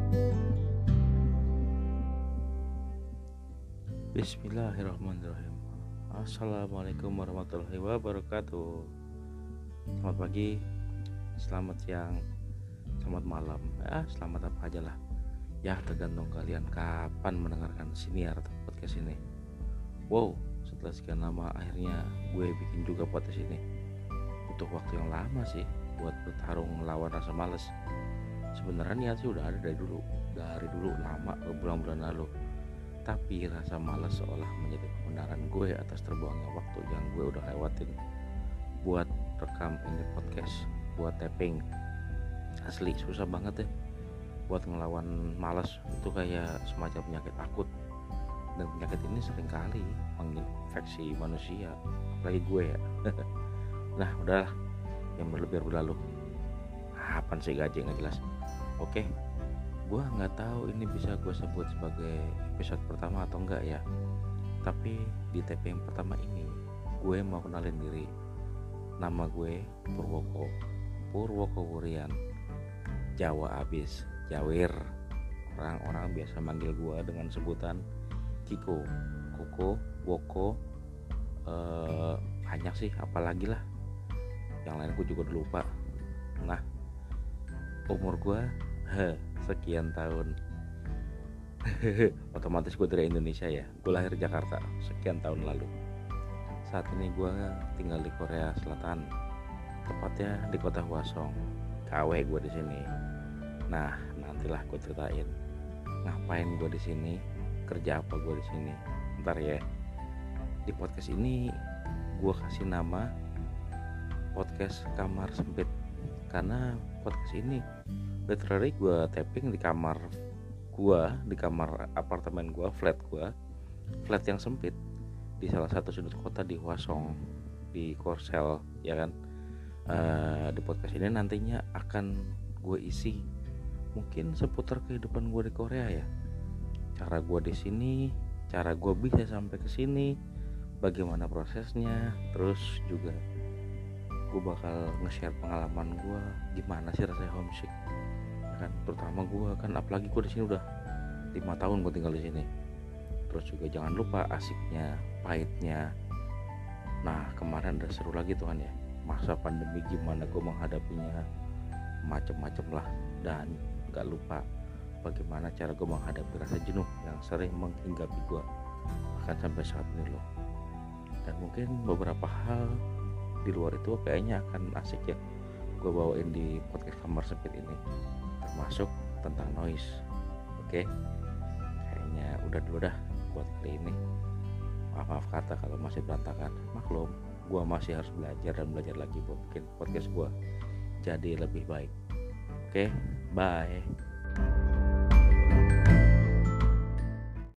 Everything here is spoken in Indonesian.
Bismillahirrahmanirrahim. Assalamualaikum warahmatullahi wabarakatuh. Selamat pagi, selamat siang, selamat malam. Selamat apa aja lah. Ya, tergantung kalian kapan mendengarkan siniar atau podcast ini. Wow, setelah sekian lama akhirnya gue bikin juga podcast ini. Butuh waktu yang lama sih buat bertarung melawan rasa malas. Sebenarnya niat sih udah ada dari dulu lama, berbulan-bulan lalu. Tapi rasa malas seolah menjadi kebenaran gue atas terbuangnya waktu yang gue udah lewatin buat rekam ini podcast, buat tapping. Asli susah banget deh buat ngelawan malas. Itu kayak semacam penyakit akut, dan penyakit ini seringkali menginfeksi manusia, apalagi gue ya. Nah udahlah, yang berlalu. Apaan sih gaji nggak jelas. Oke, gue nggak tahu ini bisa gue sebut sebagai episode pertama atau enggak ya. Tapi di TP yang pertama ini gue mau kenalin diri. Nama gue Purwoko Wurian, Jawa abis, Jawir. Orang-orang biasa manggil gue dengan sebutan Kiko, Koko, Woko, banyak sih, apalagi lah yang lain gue juga udah lupa. Nah, umur gue sekian tahun. Otomatis gue dari Indonesia ya. Gue lahir di Jakarta sekian tahun lalu. Saat ini gue tinggal di Korea Selatan, tepatnya di kota Hwasong. KW gue di sini. Nah, nantilah gue ceritain ngapain gue di sini, kerja apa gue di sini. Ntar ya. Di podcast ini gue kasih nama podcast Kamar Sempit, karena podcast ini literally gue tapping di kamar apartemen gue, flat yang sempit di salah satu sudut kota di Hwasong, di Korsel ya kan. Di podcast ini nantinya akan gue isi mungkin seputar kehidupan gue di Korea ya, cara gue di sini, cara gue bisa sampai ke sini, bagaimana prosesnya, terus juga gue bakal nge-share pengalaman gue gimana sih rasanya homesick kan, terutama gue kan, apalagi gue di sini udah 5 tahun gue tinggal di sini. Terus juga jangan lupa asiknya, pahitnya. Nah kemarin udah seru lagi tuh kan ya, masa pandemi gimana gue menghadapinya, macem-macem lah. Dan gak lupa bagaimana cara gue menghadapi rasa jenuh yang sering menghinggapi gue bahkan sampai saat ini loh. Dan mungkin beberapa hal di luar itu kayaknya akan asik ya gue bawain di podcast Kamar Sempit ini, termasuk tentang noise. Oke, kayaknya udah dulu dah buat kali ini. Maaf kata kalau masih berantakan, maklum gue masih harus belajar dan belajar lagi buat bikin podcast gue jadi lebih baik. Oke, bye.